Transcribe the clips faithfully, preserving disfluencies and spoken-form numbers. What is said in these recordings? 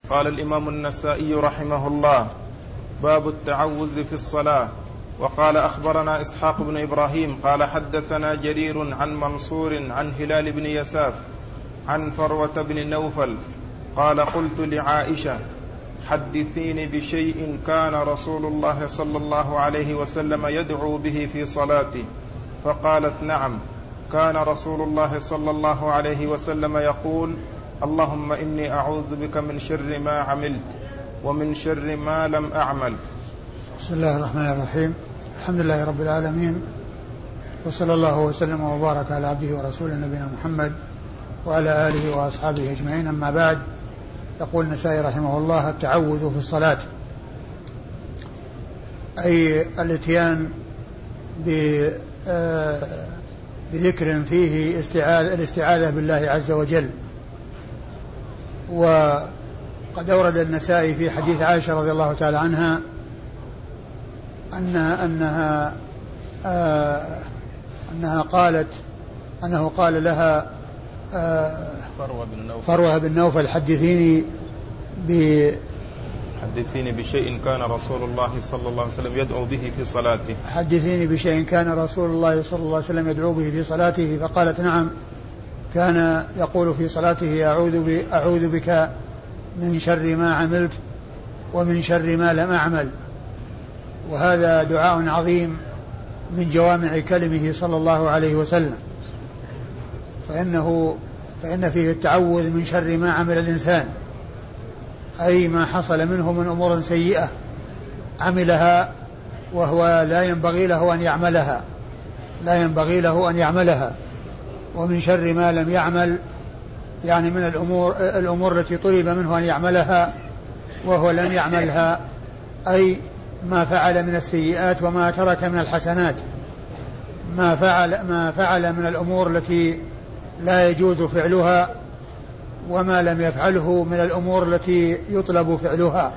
قال الإمام النسائي رحمه الله: باب التعوذ في الصلاة. وقال: أخبرنا إسحاق بن إبراهيم قال حدثنا جرير عن منصور عن هلال بن يساف عن فروة بن نوفل قال: قلت لعائشة: حدثيني بشيء كان رسول الله صلى الله عليه وسلم يدعو به في صلاته. فقالت: نعم، كان رسول الله صلى الله عليه وسلم يقول: اللهم إني أعوذ بك من شر ما عملت ومن شر ما لم أعمل. بسم الله الرحمن الرحيم. الحمد لله رب العالمين، وصلى الله وسلم وبارك على عبده ورسوله نبينا محمد وعلى آله وأصحابه أجمعين. أما بعد، يقول النسائي رحمه الله: التعوذ في الصلاة، أي الاتيان بذكر فيه الاستعاذة بالله عز وجل. وقد أورد النسائي في حديث عائشة رضي الله تعالى عنها أنها أنها, آه أنها قالت أنه قال لها آه فروة بن نوفل, فروة بن نوفل حدثيني ب حدثيني بشيء كان رسول الله صلى الله عليه وسلم يدعو به في صلاته حدثيني بشيء كان رسول الله صلى الله عليه وسلم يدعو به في صلاته. فقالت: نعم، كان يقول في صلاته: أعوذ, أعوذ بك من شر ما عملت ومن شر ما لم أعمل. وهذا دعاء عظيم من جوامع كلمه صلى الله عليه وسلم، فإنه فإن فيه التعوذ من شر ما عمل الإنسان، أي ما حصل منه من أمور سيئة عملها وهو لا ينبغي له أن يعملها لا ينبغي له أن يعملها ومن شر ما لم يعمل، يعني من الأمور, الأمور التي طلب منه أن يعملها وهو لم يعملها، أي ما فعل من السيئات وما ترك من الحسنات، ما فعل, ما فعل من الأمور التي لا يجوز فعلها وما لم يفعله من الأمور التي يطلب فعلها.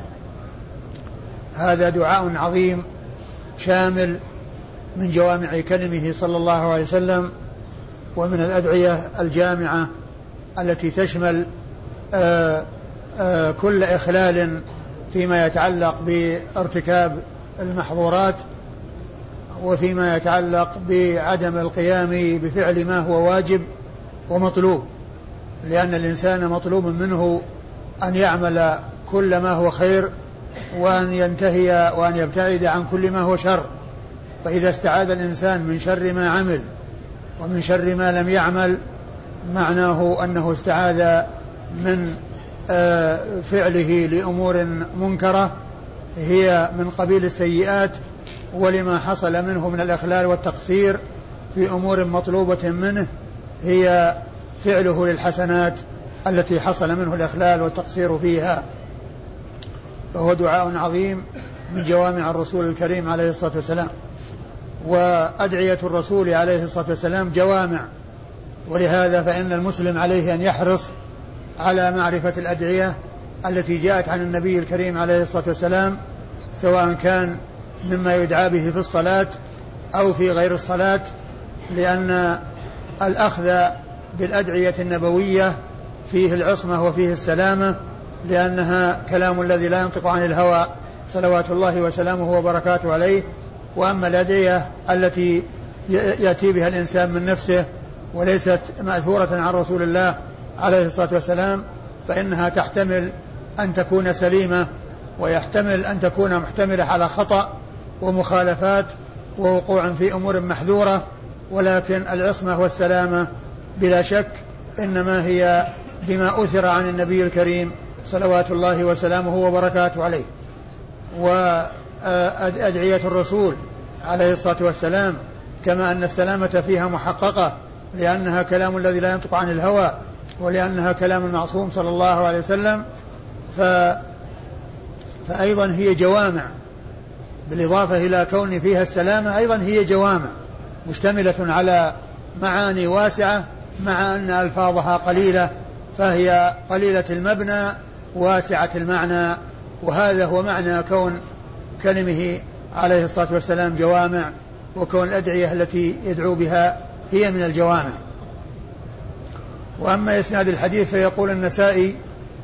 هذا دعاء عظيم شامل من جوامع كلمه صلى الله عليه وسلم، ومن الأدعية الجامعة التي تشمل آآ آآ كل إخلال فيما يتعلق بارتكاب المحظورات وفيما يتعلق بعدم القيام بفعل ما هو واجب ومطلوب، لأن الإنسان مطلوب منه أن يعمل كل ما هو خير وأن ينتهي وأن يبتعد عن كل ما هو شر. فإذا استعاذ الإنسان من شر ما عمل ومن شر ما لم يعمل، معناه أنه استعاذ من فعله لأمور منكرة هي من قبيل السيئات، ولما حصل منه من الإخلال والتقصير في أمور مطلوبة منه هي فعله للحسنات التي حصل منه الإخلال والتقصير فيها. فهو دعاء عظيم من جوامع الرسول الكريم عليه الصلاة والسلام. وأدعية الرسول عليه الصلاة والسلام جوامع، ولهذا فإن المسلم عليه أن يحرص على معرفة الأدعية التي جاءت عن النبي الكريم عليه الصلاة والسلام، سواء كان مما يدعى به في الصلاة أو في غير الصلاة، لأن الأخذ بالأدعية النبوية فيه العصمة وفيه السلامة، لأنها كلام الذي لا ينطق عن الهوى صلوات الله وسلامه وبركاته عليه. وأما الأدعية التي يأتي بها الإنسان من نفسه وليست مأثورة عن رسول الله عليه الصلاة والسلام، فإنها تحتمل أن تكون سليمة ويحتمل أن تكون محتملة على خطأ ومخالفات ووقوع في أمور محذورة، ولكن العصمة والسلامة بلا شك إنما هي بما أثر عن النبي الكريم صلوات الله وسلامه وبركاته عليه. وأدعية الرسول عليه الصلاة والسلام كما أن السلامة فيها محققة لأنها كلام الذي لا ينطق عن الهوى ولأنها كلام المعصوم صلى الله عليه وسلم، ف... فأيضا هي جوامع، بالإضافة إلى كون فيها السلامة أيضا هي جوامع مشتملة على معاني واسعة، مع أن ألفاظها قليلة فهي قليلة المبنى واسعة المعنى. وهذا هو معنى كون كلمه عليه الصلاة والسلام جوامع، وكون الأدعية التي يدعو بها هي من الجوامع. وأما إسناد الحديث فيقول النسائي: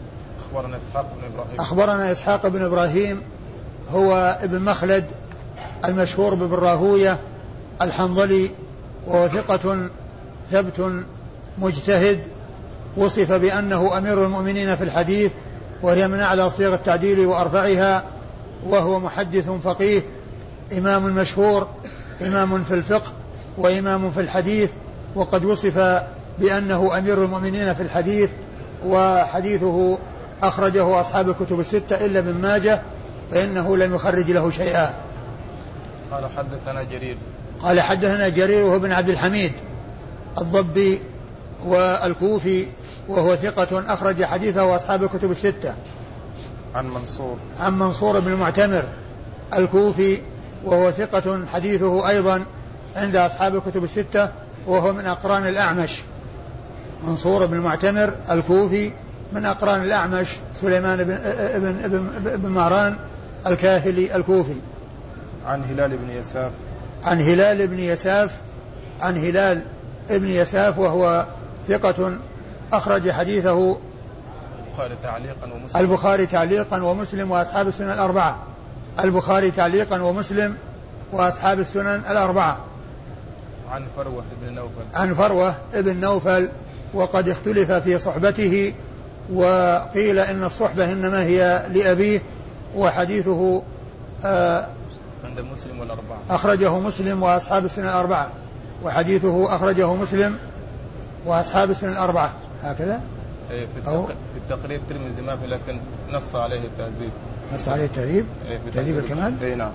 أخبرنا إسحاق بن إبراهيم أخبرنا إسحاق بن إبراهيم هو ابن مخلد المشهور بابن راهوية الحنظلي، وهو ثقة ثبت مجتهد، وصف بأنه أمير المؤمنين في الحديث، وهي من أعلى صيغ التعديل وأرفعها، وهو محدث فقيه إمام مشهور، إمام في الفقه وإمام في الحديث، وقد وصف بأنه أمير المؤمنين في الحديث، وحديثه أخرجه أصحاب الكتب الستة إلا ابن ماجه فإنه لم يخرج له شيئا. قال حدثنا جرير قال حدثنا جرير وهو بن عبد الحميد الضبي والكوفي، وهو ثقة أخرج حديثه أصحاب الكتب الستة. عن منصور عن منصور بن المعتمر الكوفي، وهو ثقة حديثه أيضا عند أصحاب الكتب الستة، وهو من أقران الأعمش. منصور بن المعتمر الكوفي من أقران الأعمش سليمان بن, ابن, ابن, ابن مهران الكاهلي الكوفي. عن هلال بن يساف عن هلال بن يساف عن هلال ابن يساف وهو ثقة أخرج حديثه البخاري تعليقا ومسلم البخاري تعليقا ومسلم وأصحاب السنن الأربعة. البخاري تعليقا ومسلم وأصحاب السنن الأربعة. عن فروة بن نوفل عن فروة بن نوفل، وقد اختلف في صحبته، وقيل إن الصحبة إنما هي لأبيه، وحديثه آه عند مسلم والأربعة أخرجه مسلم وأصحاب السنن الأربعة، وحديثه أخرجه مسلم وأصحاب السنن الأربعة. هكذا في, التق... في التقريب ترمذي ما في، لكن نص عليه التهذيب. نص عليه التهذيب تهذيب الكمال. اي نعم.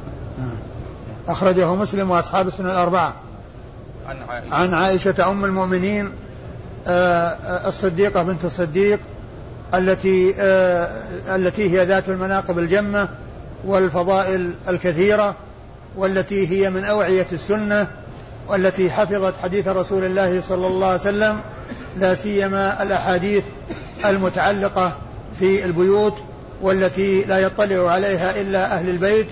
أخرجه مسلم وأصحاب السنن الأربعة. عن عائشة, عن عائشة أم المؤمنين الصديقة بنت الصديق التي التي هي ذات المناقب الجمة والفضائل الكثيرة، والتي هي من أوعية السنة، والتي حفظت حديث رسول الله صلى الله عليه وسلم، لا سيما الأحاديث المتعلقة في البيوت، والتي لا يطلع عليها إلا أهل البيت،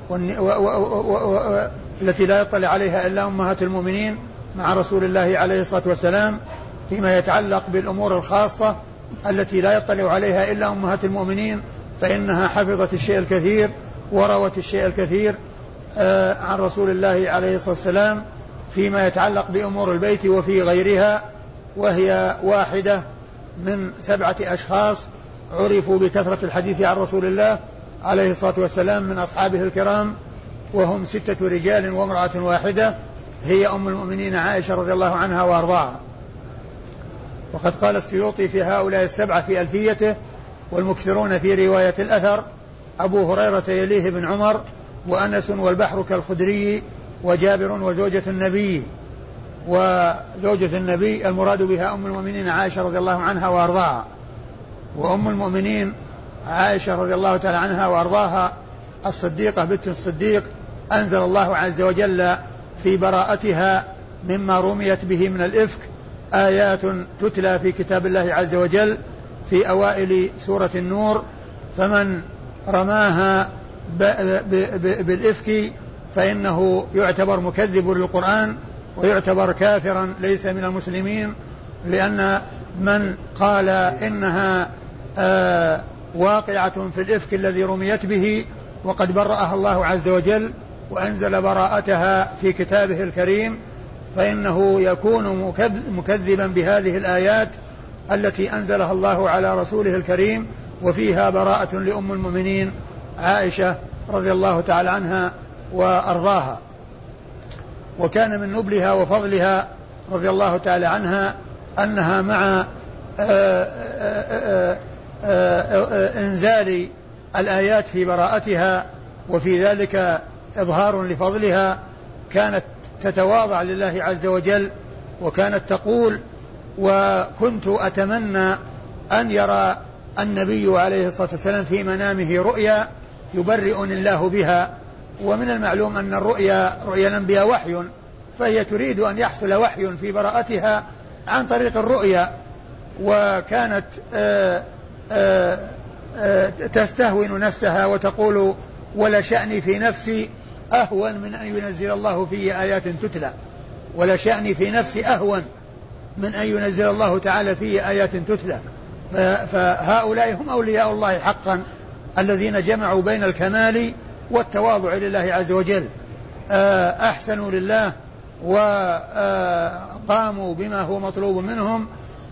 والتي لا يطلع عليها إلا أمهات المؤمنين مع رسول الله عليه الصلاة والسلام، فيما يتعلق بالأمور الخاصة التي لا يطلع عليها إلا أمهات المؤمنين، فإنها حفظت الشيء الكثير وروت الشيء الكثير عن رسول الله عليه الصلاة والسلام فيما يتعلق بأمور البيت وفي غيرها، وهي واحدة من سبعة أشخاص عرفوا بكثرة الحديث عن رسول الله عليه الصلاة والسلام من أصحابه الكرام، وهم ستة رجال وامرأة واحدة، هي أم المؤمنين عائشة رضي الله عنها وأرضاها. وقد قال السيوطي في هؤلاء السبعة في ألفيته: والمكثرون في رواية الأثر أبو هريرة يليه بن عمر، وأنس والبحر كالخدري، وجابر وزوجة النبي. وزوجة النبي المراد بها أم المؤمنين عائشة رضي الله عنها وأرضاها. وأم المؤمنين عائشة رضي الله تعالى عنها وأرضاها الصديقة بنت الصديق، أنزل الله عز وجل في براءتها مما رميت به من الإفك آيات تتلى في كتاب الله عز وجل في أوائل سورة النور، فمن رماها بالإفك فإنه يعتبر مكذب للقرآن ويعتبر كافرا ليس من المسلمين، لأن من قال إنها آه واقعة في الإفك الذي رميت به وقد برأها الله عز وجل وأنزل براءتها في كتابه الكريم، فإنه يكون مكذبا بهذه الآيات التي أنزلها الله على رسوله الكريم، وفيها براءة لأم المؤمنين عائشة رضي الله تعالى عنها وأرضاها. وكان من نبلها وفضلها رضي الله تعالى عنها أنها مع آآ آآ آآ إنزال الآيات في براءتها وفي ذلك إظهار لفضلها كانت تتواضع لله عز وجل، وكانت تقول: وكنت أتمنى أن يرى النبي عليه الصلاة والسلام في منامه رؤيا يبرئني الله بها. ومن المعلوم أن الرؤيا رؤيا الأنبياء وحي، فهي تريد أن يحصل وحي في براءتها عن طريق الرؤيا، وكانت آآ آآ آآ تستهون نفسها وتقول: ولا شأني في نفسي أهون من أن ينزل الله في آيات تتلى، ولا شأني في نفسي أهون من أن ينزل الله تعالى في آيات تتلى. فهؤلاء هم أولياء الله حقا الذين جمعوا بين الكمال والتواضع لله عز وجل، أحسنوا لله وقاموا بما هو مطلوب منهم،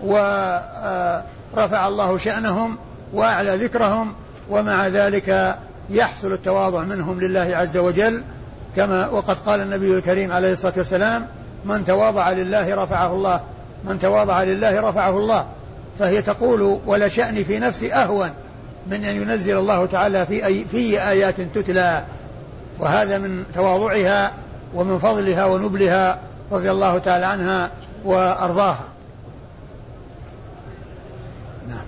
ورفع الله شأنهم وأعلى ذكرهم، ومع ذلك يحصل التواضع منهم لله عز وجل، كما وقد قال النبي الكريم عليه الصلاة والسلام: من تواضع لله رفعه الله، من تواضع لله رفعه الله. فهي تقول: ولا شأني في نفسي أهون من أن ينزل الله تعالى في, أي في آيات تتلى. وهذا من تواضعها ومن فضلها ونبلها رضي الله تعالى عنها وأرضاها. نعم.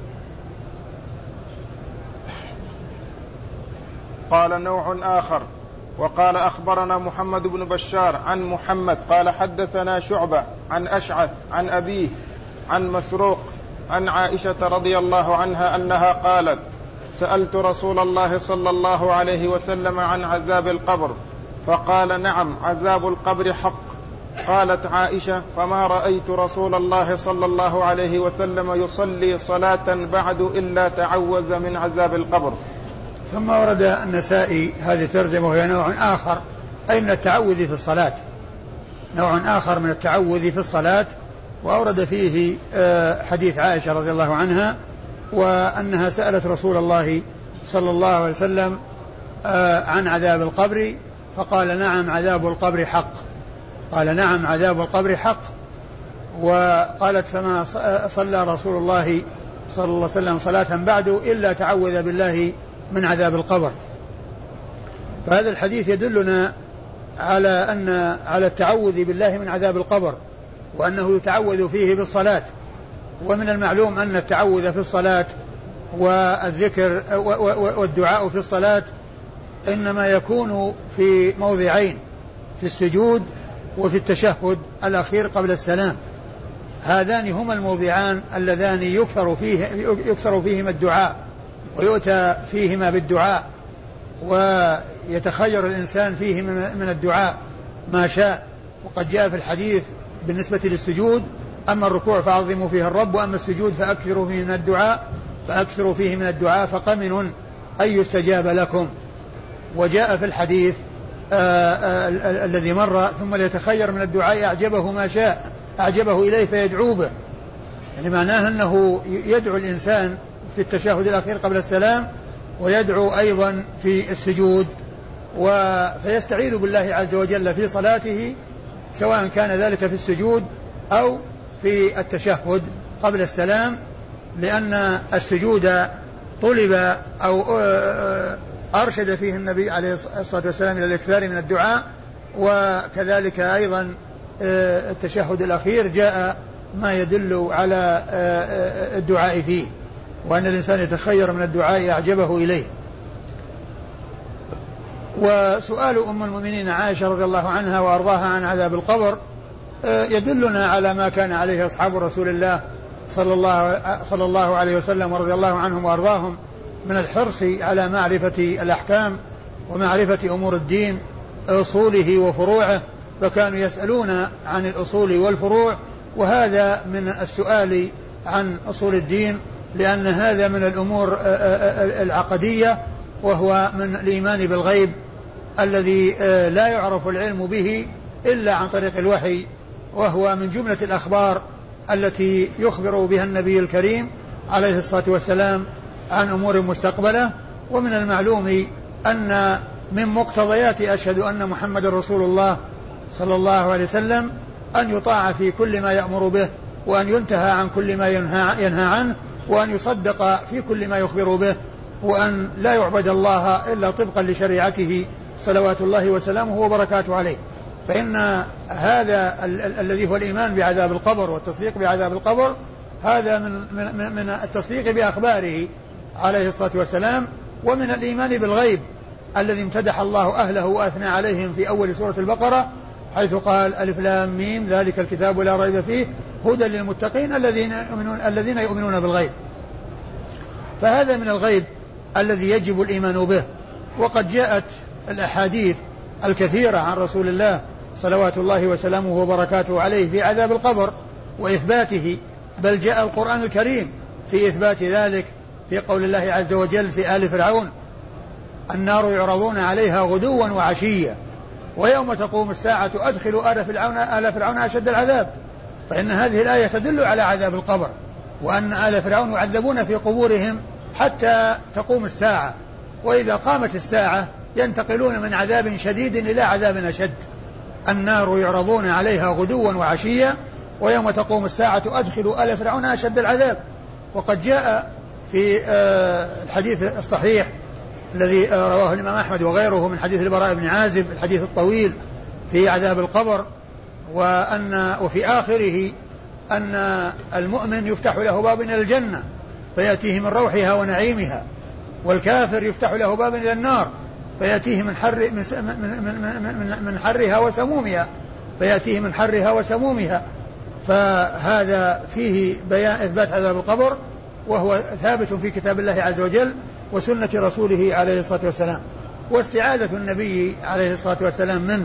قال نوع آخر: وقال أخبرنا محمد بن بشار عن محمد قال حدثنا شعبة عن أشعث عن أبيه عن مسروق عن عائشة رضي الله عنها أنها قالت: سألت رسول الله صلى الله عليه وسلم عن عذاب القبر فقال: نعم، عذاب القبر حق. قالت عائشة: فما رأيت رسول الله صلى الله عليه وسلم يصلي صلاة بعد إلا تعوذ من عذاب القبر. ثم ورد النسائي هذه الترجمة وهي نوع آخر، أي من التعوذ في الصلاة، نوع آخر من التعوذ في الصلاة، وأورد فيه حديث عائشة رضي الله عنها وأنها سألت رسول الله صلى الله عليه وسلم عن عذاب القبر فقال: نعم، عذاب القبر حق. قال: نعم، عذاب القبر حق. وقالت: فما صلى رسول الله صلى الله عليه وسلم صلاة بعد إلا تعوذ بالله من عذاب القبر. فهذا الحديث يدلنا على أن على التعوذ بالله من عذاب القبر، وأنه يتعوذ فيه بالصلاة. ومن المعلوم أن التعوذ في الصلاة والذكر والدعاء في الصلاة إنما يكون في موضعين: في السجود وفي التشهد الأخير قبل السلام. هذان هما الموضعان اللذان يكثر فيه يكثر فيهما الدعاء ويؤتى فيهما بالدعاء، ويتخير الإنسان فيه من الدعاء ما شاء. وقد جاء في الحديث بالنسبة للسجود: أما الركوع فعظموا فيه الرب، وأما السجود فأكثروا فيه من الدعاء فأكثروا فيه من الدعاء فقمن أن يستجاب لكم. وجاء في الحديث الذي مر: ثم ليتخير من الدعاء أعجبه ما شاء أعجبه إليه فيدعو به. يعني معناه أنه يدعو الإنسان في التشهد الأخير قبل السلام، ويدعو أيضا في السجود، فيستعيذ بالله عز وجل في صلاته، سواء كان ذلك في السجود أو في التشهد قبل السلام، لأن السجود طلب أو أرشد فيه النبي عليه الصلاة والسلام إلى الإكثار من الدعاء، وكذلك أيضا التشهد الأخير جاء ما يدل على الدعاء فيه، وأن الإنسان يتخير من الدعاء أعجبه إليه. وسؤال أم المؤمنين عائشة رضي الله عنها وأرضاها عن عذاب القبر يدلنا على ما كان عليه أصحاب رسول الله صلى الله, صلى الله عليه وسلم ورضي الله عنهم وأرضاهم من الحرص على معرفة الأحكام ومعرفة أمور الدين، أصوله وفروعه، فكانوا يسألون عن الأصول والفروع، وهذا من السؤال عن أصول الدين، لأن هذا من الأمور العقدية، وهو من الإيمان بالغيب الذي لا يعرف العلم به إلا عن طريق الوحي، وهو من جملة الأخبار التي يخبر بها النبي الكريم عليه الصلاة والسلام عن أمور مستقبلة. ومن المعلوم أن من مقتضيات أشهد أن محمد رسول الله صلى الله عليه وسلم أن يطاع في كل ما يأمر به، وأن ينتهى عن كل ما ينهى, ينهى عنه، وأن يصدق في كل ما يخبر به، وأن لا يعبد الله إلا طبقا لشريعته صلوات الله وسلامه وبركاته عليه. فإن هذا الذي هو الإيمان بعذاب القبر والتصديق بعذاب القبر، هذا من, من, من التصديق بأخباره عليه الصلاة والسلام، ومن الإيمان بالغيب الذي امتدح الله أهله وأثنى عليهم في أول سورة البقرة، حيث قال: ألف لام ميم ذلك الكتاب لا ريب فيه هدى للمتقين الذين يؤمنون, الذين يؤمنون بالغيب. فهذا من الغيب الذي يجب الإيمان به. وقد جاءت الأحاديث الكثيرة عن رسول الله صلوات الله وسلامه وبركاته عليه في عذاب القبر وإثباته، بل جاء القرآن الكريم في إثبات ذلك في قول الله عز وجل في آل فرعون: النار يعرضون عليها غدوا وعشيا ويوم تقوم الساعة أدخلوا آل فرعون آل فرعون أشد العذاب. فإن هذه الآية تدل على عذاب القبر، وأن آل فرعون يعذبون في قبورهم حتى تقوم الساعة، وإذا قامت الساعة ينتقلون من عذاب شديد إلى عذاب أشد. النار يعرضون عليها غدوا وعشيا ويوم تقوم الساعة أدخلوا آل فرعون أشد العذاب. وقد جاء في الحديث الصحيح الذي رواه الإمام أحمد وغيره من حديث البراء بن عازب الحديث الطويل في عذاب القبر، وأن وفي آخره أن المؤمن يفتح له باب إلى الجنة فيأتيه من روحها ونعيمها، والكافر يفتح له باب إلى النار فيأتيه من حر من من من من حرها وسمومها فيأتيه من حرها وسمومها. فهذا فيه بيان إثبات عذاب القبر، وهو ثابت في كتاب الله عز وجل وسنة رسوله عليه الصلاة والسلام، واستعاذة النبي عليه الصلاة والسلام منه،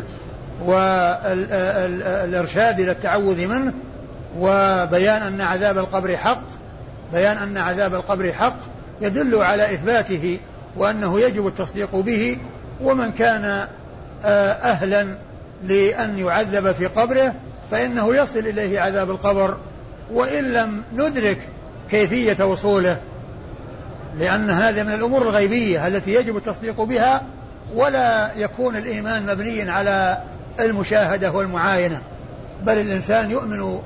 والإرشاد إلى التعوذ منه، وبيان أن عذاب القبر حق بيان أن عذاب القبر حق يدل على إثباته وأنه يجب التصديق به. ومن كان أهلا لأن يعذب في قبره فإنه يصل إليه عذاب القبر وإن لم ندرك كيفية وصوله، لأن هذا من الأمور الغيبية التي يجب التصديق بها، ولا يكون الإيمان مبنيا على المشاهدة والمعاينة، بل الإنسان يؤمن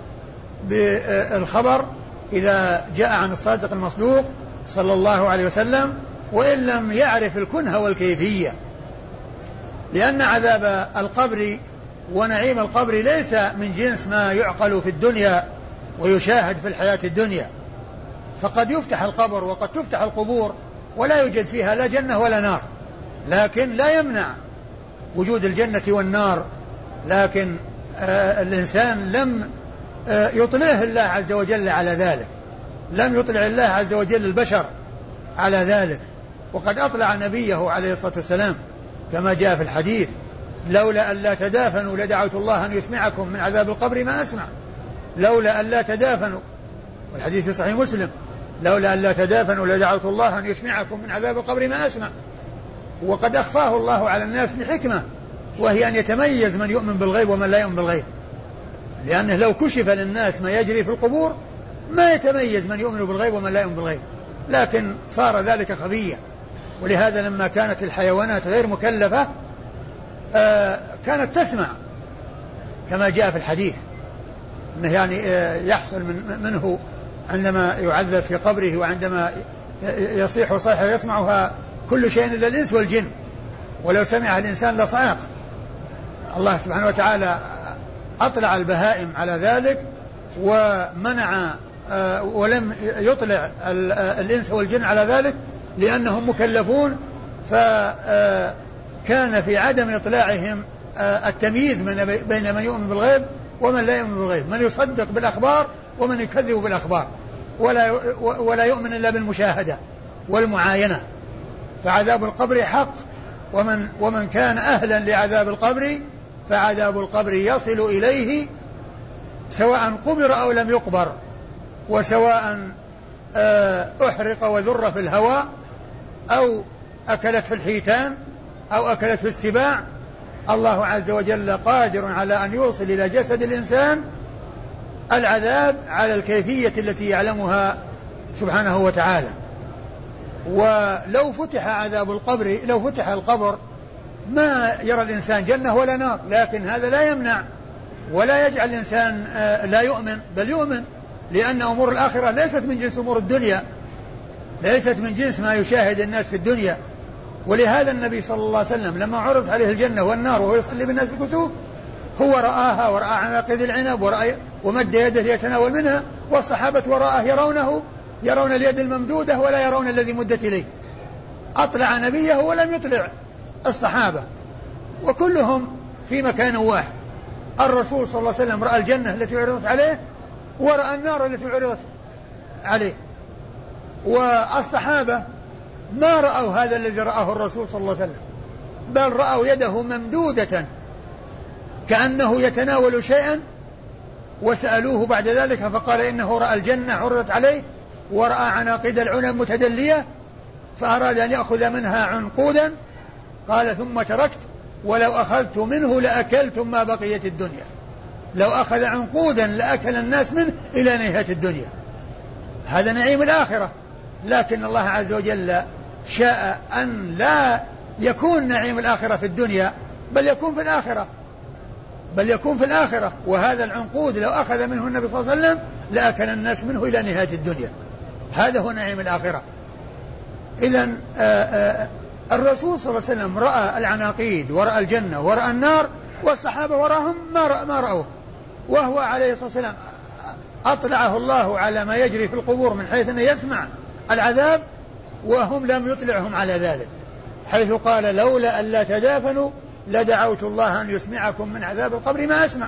بالخبر إذا جاء عن الصادق المصدوق صلى الله عليه وسلم وإن لم يعرف الكنه والكيفية، لأن عذاب القبر ونعيم القبر ليس من جنس ما يعقل في الدنيا ويشاهد في الحياة الدنيا. فقد يفتح القبر وقد تفتح القبور ولا يوجد فيها لا جنة ولا نار، لكن لا يمنع وجود الجنة والنار، لكن آه الإنسان لم آه يطلعه الله عز وجل على ذلك، لم يطلع الله عز وجل البشر على ذلك. وقد أطلع نبيه عليه الصلاة والسلام كما جاء في الحديث: لولا أن لا تدافنوا لدعوت الله أن يسمعكم من عذاب القبر ما أسمع. لولا أن لا تدافنوا، والحديث في صحيح مسلم: لولا أن لا تدافنوا لدعوت الله أن يسمعكم من عذاب القبر ما أسمع. وقد أخفاه الله على الناس لحكمة، وهي أن يتميز من يؤمن بالغيب ومن لا يؤمن بالغيب، لأنه لو كشف للناس ما يجري في القبور ما يتميز من يؤمن بالغيب ومن لا يؤمن بالغيب، لكن صار ذلك خفية. ولهذا لما كانت الحيوانات غير مكلفة آه كانت تسمع كما جاء في الحديث أنه يعني آه يحصل من منه عندما يعذب في قبره وعندما يصيح صيحة يسمعها كل شيء إلا الإنس والجن، ولو سمع الإنسان لصعق. الله سبحانه وتعالى أطلع البهائم على ذلك ومنع آه ولم يطلع الإنس والجن على ذلك لأنهم مكلفون، فكان في عدم إطلاعهم التمييز بين من يؤمن بالغيب ومن لا يؤمن بالغيب، من يصدق بالأخبار ومن يكذب بالأخبار، ولا ولا يؤمن إلا بالمشاهدة والمعاينة. فعذاب القبر حق، ومن ومن كان أهلا لعذاب القبر فعذاب القبر يصل إليه سواء قبر أو لم يقبر، وسواء أحرق وذر في الهواء أو أكلت في الحيتان أو أكلت في السباع. الله عز وجل قادر على أن يوصل إلى جسد الإنسان العذاب على الكيفية التي يعلمها سبحانه وتعالى. ولو فتح عذاب القبر لو فتح القبر ما يرى الإنسان جنة ولا نار، لكن هذا لا يمنع ولا يجعل الإنسان لا يؤمن، بل يؤمن، لأن أمور الآخرة ليست من جنس أمور الدنيا، ليست من جنس ما يشاهد الناس في الدنيا. ولهذا النبي صلى الله عليه وسلم لما عرض عليه الجنة والنار وهو يصلي بالناس بالكسوف هو رآها ورأى عناقيد العنب ورأى ومد يده ليتناول منها، والصحابة وراءه يرونه يرون اليد الممدودة ولا يرون الذي مدت إليه. أطلع نبيه ولم يطلع الصحابة، وكلهم في مكان واحد. الرسول صلى الله عليه وسلم رأى الجنة التي عرضت عليه ورأى النار التي عرضت عليه، والصحابة ما رأوا هذا الذي رآه الرسول صلى الله عليه وسلم، بل رأوا يده ممدودة كأنه يتناول شيئا، وسألوه بعد ذلك فقال إنه رأى الجنة عرضت عليه ورأى عناقيد العنب متدلية فأراد أن يأخذ منها عنقودا، قال ثم تركت ولو أخذت منه لأكلتم ما بقيت الدنيا. لو أخذ عنقودا لأكل الناس منه إلى نهاية الدنيا. هذا نعيم الآخرة، لكن الله عز وجل شاء أن لا يكون نعيم الآخرة في الدنيا بل يكون في الآخرة بل يكون في الآخرة وهذا العنقود لو أخذ منه النبي صلى الله عليه وسلم لأكل الناس منه إلى نهاية الدنيا. هذا هو نعيم الآخرة. إذن الرسول صلى الله عليه وسلم رأى العناقيد ورأى الجنة ورأى النار، والصحابة وراهم ما, ما رأوه، وهو عليه الصلاة والسلام أطلعه الله على ما يجري في القبور من حيث أنه يسمع العذاب، وهم لم يطلعهم على ذلك، حيث قال لولا ألا تدافنوا لدعوت الله أن يسمعكم من عذاب القبر ما أسمع.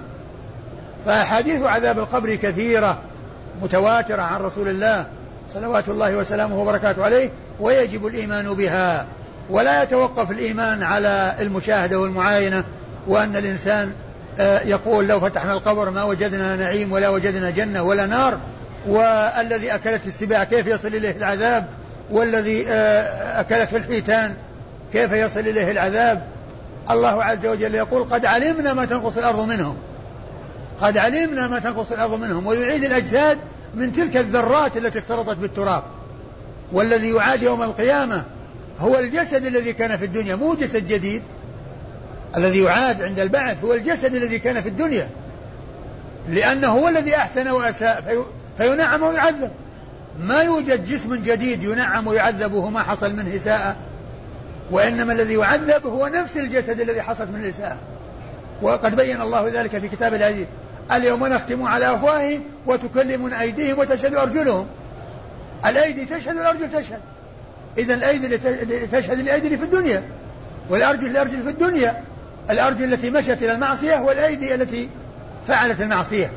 فحديث عذاب القبر كثيرة متواترة عن رسول الله صلوات الله وسلامه وبركاته عليه، ويجب الإيمان بها، ولا يتوقف الإيمان على المشاهدة والمعاينة، وأن الإنسان يقول لو فتحنا القبر ما وجدنا نعيم ولا وجدنا جنة ولا نار، والذي أكلت السباع كيف يصل إليه العذاب، والذي أكلت في الحيتان كيف يصل إليه العذاب. الله عز وجل يقول قد علمنا ما تنقص الأرض منهم قد علمنا ما تنقص الأرض منهم ويعيد الأجساد من تلك الذرات التي اختلطت بالتراب. والذي يعاد يوم القيامة هو الجسد الذي كان في الدنيا، مو جسد جديد. الذي يعاد عند البعث هو الجسد الذي كان في الدنيا، لأنه هو الذي أحسن وأساء في فينعم ويعذب. ما يوجد جسم جديد ينعم ويعذب وهو ما حصل منه إساءة، وإنما الذي يعذب هو نفس الجسد الذي حصلت منه الإساءة. وقد بين الله ذلك في كتاب العزيز اليوم نختم على أفواههم وتكلمنا أيديهم وتشهد أرجلهم. الأيدي تشهد والأرجل تشهد. إذن الأيدي تشهد الأيدي اللي في الدنيا، والأرجل الأرجل في الدنيا، الأرجل التي مشت إلى المعصية والأيدي التي فعلت المعصية.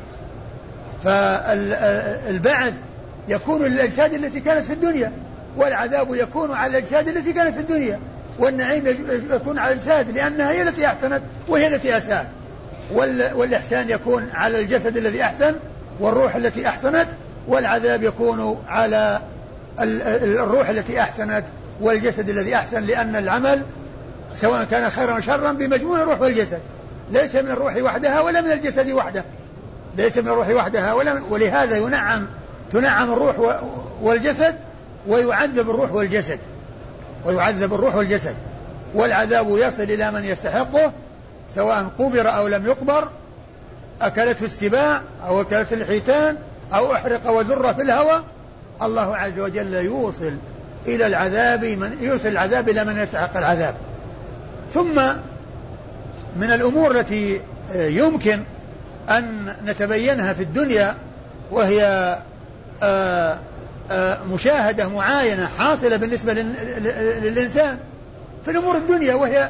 فالبعث يكون للأجساد التي كانت في الدنيا، والعذاب يكون على الأجساد التي كانت في الدنيا، والنعيم يكون على الأجساد لأنها هي التي أحسنت وهي التي أساءت، والإحسان يكون على الجسد الذي أحسن والروح التي أحسنت، والعذاب يكون على الروح التي أحسنت والجسد الذي أحسن، لأن العمل سواء كان خيرا وشرا بمجموع الروح والجسد، ليس من الروح وحدها ولا من الجسد وحده، ليس من الروح وحدها ولا من، ولهذا ينعم تنعم الروح والجسد ويعذب الروح والجسد ويعذب الروح والجسد والعذاب يصل إلى من يستحقه سواء قبر أو لم يقبر، أكلت في السباع أو أكلت الحيتان أو أحرق وذر في الهوى. الله عز وجل يوصل إلى العذاب من يوصل العذاب إلى من يستحق العذاب. ثم من الأمور التي يمكن أن نتبينها في الدنيا وهي آآ آآ مشاهدة معاينة حاصلة بالنسبة للإنسان في الأمور الدنيا، وهي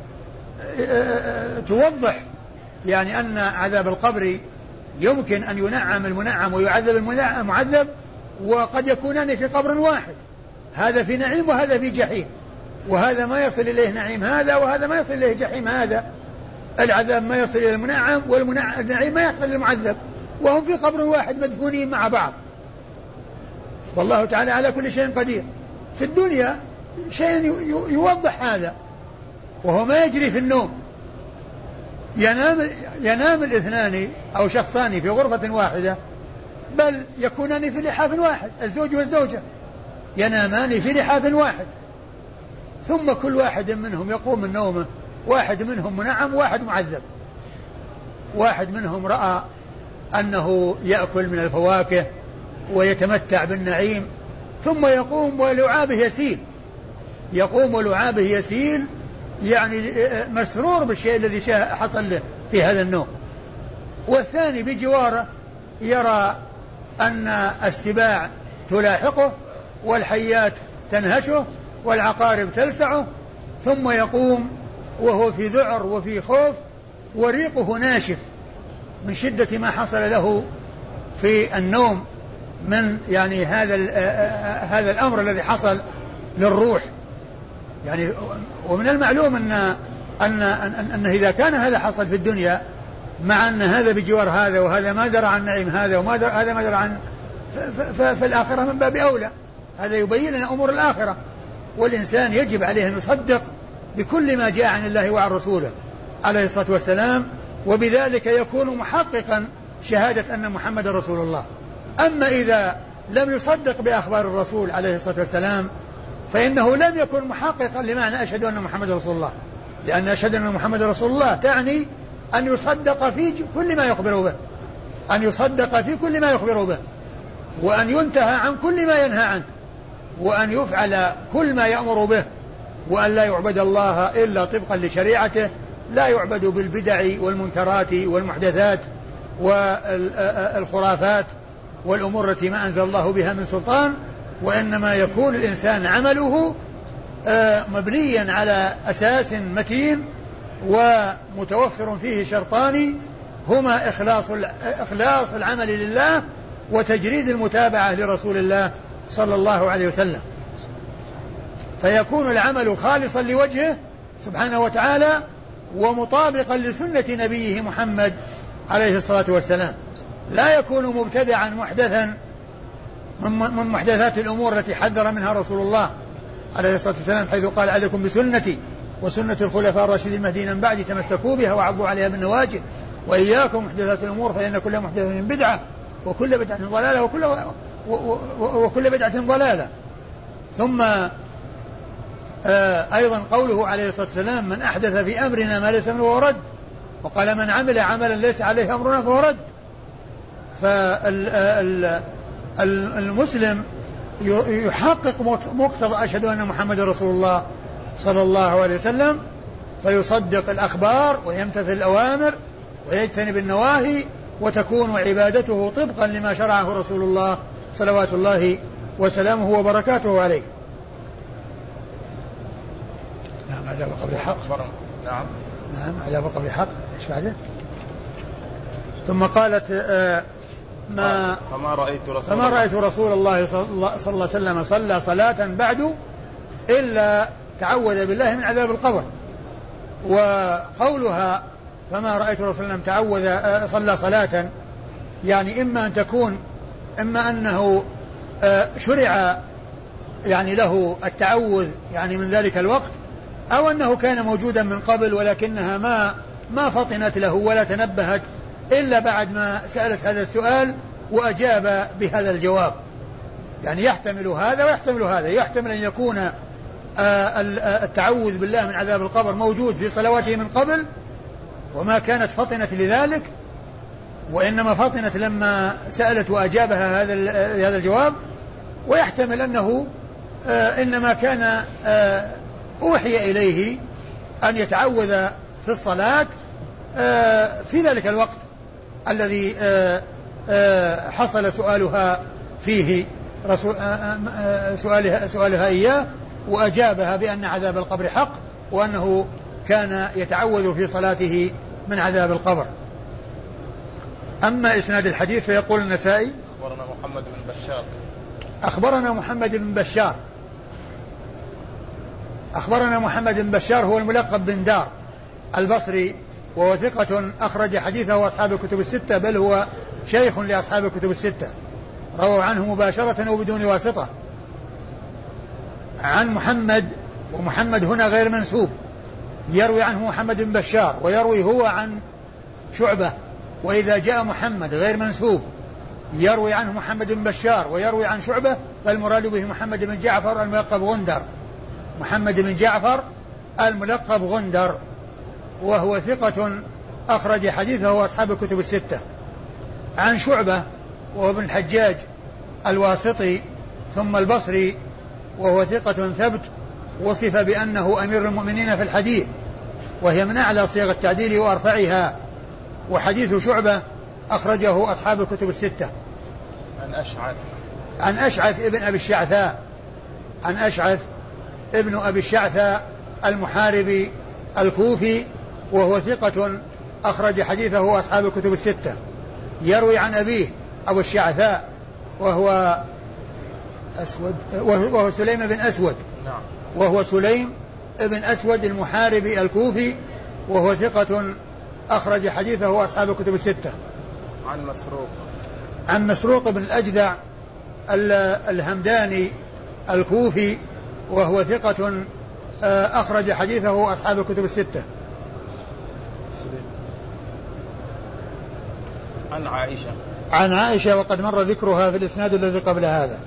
توضح يعني أن عذاب القبر يمكن أن ينعم المنعم ويعذب المعذب، وقد يكونان في قبر واحد، هذا في نعيم وهذا في جحيم، وهذا ما يصل إليه نعيم هذا وهذا ما يصل إليه جحيم هذا. العذاب ما يصل إلى المنعم والنعيم ما يصل للمعذب، وهم في قبر واحد مدفونين مع بعض. والله تعالى على كل شيء قدير. في الدنيا شيء يوضح هذا، وهو ما يجري في النوم. ينام, ينام الاثنان أو شخصان في غرفة واحدة، بل يكونان في لحاف واحد، الزوج والزوجة ينامان في لحاف واحد، ثم كل واحد منهم يقوم من نومه، واحد منهم منعم واحد معذب. واحد منهم رأى أنه يأكل من الفواكه ويتمتع بالنعيم، ثم يقوم ولعابه يسيل يقوم ولعابه يسيل يعني مسرور بالشيء الذي حصل له في هذا النوم. والثاني بجواره يرى أن السباع تلاحقه والحيات تنهشه والعقارب تلسعه، ثم يقوم وهو في ذعر وفي خوف وريقه ناشف من شدة ما حصل له في النوم من يعني هذا هذا الأمر الذي حصل للروح. يعني ومن المعلوم أن أن أن إذا كان هذا حصل في الدنيا، مع أن هذا بجوار هذا وهذا ما درى عن نعيم هذا وما درى هذا ما درى عن فالآخرة من باب أولى. هذا يبين لنا أمور الآخرة، والإنسان يجب عليه أن يصدق بكل ما جاء عن الله وعن رسوله عليه الصلاة والسلام، وبذلك يكون محققا شهادة أن محمد رسول الله. أما إذا لم يصدق بأخبار الرسول عليه الصلاة والسلام فإنه لم يكن محققا لمعنى أشهد أن محمد رسول الله، لأن أشهد أن محمد رسول الله تعني أن يصدق في كل ما يخبر به، أن يصدق في كل ما يخبر به، وأن ينتهى عن كل ما ينهى عنه، وأن يفعل كل ما يأمر به، وأن لا يعبد الله إلا طبقا لشريعته، لا يعبد بالبدع والمنكرات والمحدثات والخرافات والأمور التي ما أنزل الله بها من سلطان، وإنما يكون الإنسان عمله مبنيا على أساس متين ومتوفر فيه شرطان هما إخلاص إخلاص العمل لله وتجريد المتابعة لرسول الله صلى الله عليه وسلم، فيكون العمل خالصا لوجهه سبحانه وتعالى ومطابقا لسنة نبيه محمد عليه الصلاة والسلام، لا يكون مبتدعا محدثا من محدثات الأمور التي حذر منها رسول الله عليه الصلاة والسلام، حيث قال عليكم بسنتي وسنة الخلفاء الراشدين المهديين من بعد تمسكوا بها وعضوا عليها بالنواجذ وإياكم محدثات الأمور فإن كل محدثة بدعة وكل بدعة ضلالة وكل, وكل بدعة ضلالة. ثم أيضا قوله عليه الصلاة والسلام من أحدث في أمرنا ما ليس منه فهو رد، وقال من عمل عملا ليس عليه أمرنا فهو رد. فالمسلم يحقق مقتضى أشهد أن محمد رسول الله صلى الله عليه وسلم، فيصدق الأخبار ويمتثل الأوامر ويجتنب النواهي، وتكون عبادته طبقا لما شرعه رسول الله صلوات الله وسلامه وبركاته عليه. نعم عذاب القبر حق. نعم نعم عذاب القبر حق. ايش بعده؟ ثم قالت آه ما فما رأيت رسول فما رأيت رسول الله صلى الله عليه وسلم صلى صلاة بعد إلا تعوذ بالله من عذاب القبر. وقولها فما رأيت رسول الله تعوذ آه صلى صلاة، يعني إما أن تكون إما أنه آه شرع يعني له التعوذ يعني من ذلك الوقت، أو أنه كان موجودا من قبل ولكنها ما ما فطنت له ولا تنبهت إلا بعد ما سألت هذا السؤال وأجاب بهذا الجواب. يعني يحتمل هذا ويحتمل هذا، يحتمل أن يكون التعوذ بالله من عذاب القبر موجود في صلواته من قبل وما كانت فطنت لذلك، وإنما فطنت لما سألت وأجابها هذا هذا الجواب، ويحتمل أنه إنما كان أوحي إليه أن يتعوذ في الصلاة في ذلك الوقت الذي حصل سؤالها فيه رسول سؤالها, سؤالها إياه، وأجابها بأن عذاب القبر حق، وأنه كان يتعوذ في صلاته من عذاب القبر. أما إسناد الحديث فيقول النسائي أخبرنا محمد بن بشار أخبرنا محمد بن بشار أخبرنا محمد بن بشار هو الملقب بن دار البصري، وهو ثقة أخرج حديثه أصحاب الكتب الستة، بل هو شيخ لأصحاب الكتب الستة، رووا عنه مباشرة وبدون واسطة. عن محمد، ومحمد هنا غير منسوب، يروي عنه محمد بن بشار ويروي هو عن شعبة، وإذا جاء محمد غير منسوب يروي عنه محمد بن بشار ويروي عن شعبة فالمراد به محمد بن جعفر الملقب غندر، محمد بن جعفر الملقب غندر، وهو ثقة أخرج حديثه أصحاب الكتب الستة. عن شعبة وهو ابن الحجاج الواسطي ثم البصري، وهو ثقة ثبت، وصف بأنه أمير المؤمنين في الحديث، وهي من أعلى صيغ التعديل وأرفعها، وحديث شعبة أخرجه أصحاب الكتب الستة. عن أشعث عن أشعث ابن أبي الشعثاء عن أشعث ابن أبي الشعثاء المحاربي الكوفي، وهو ثقة أخرج حديثه أصحاب الكتب الستة. يروي عن أبيه أبو الشعثاء وهو أسود وهو سليم بن أسود نعم. وهو سليم بن أسود المحاربي الكوفي، وهو ثقة أخرج حديثه أصحاب الكتب الستة. عن مسروق عن مسروق بن الأجدع الهمداني الكوفي، وهو ثقة أخرج حديثه أصحاب الكتب الستة. عن عائشة عن عائشة وقد مر ذكرها في الإسناد الذي قبل هذا.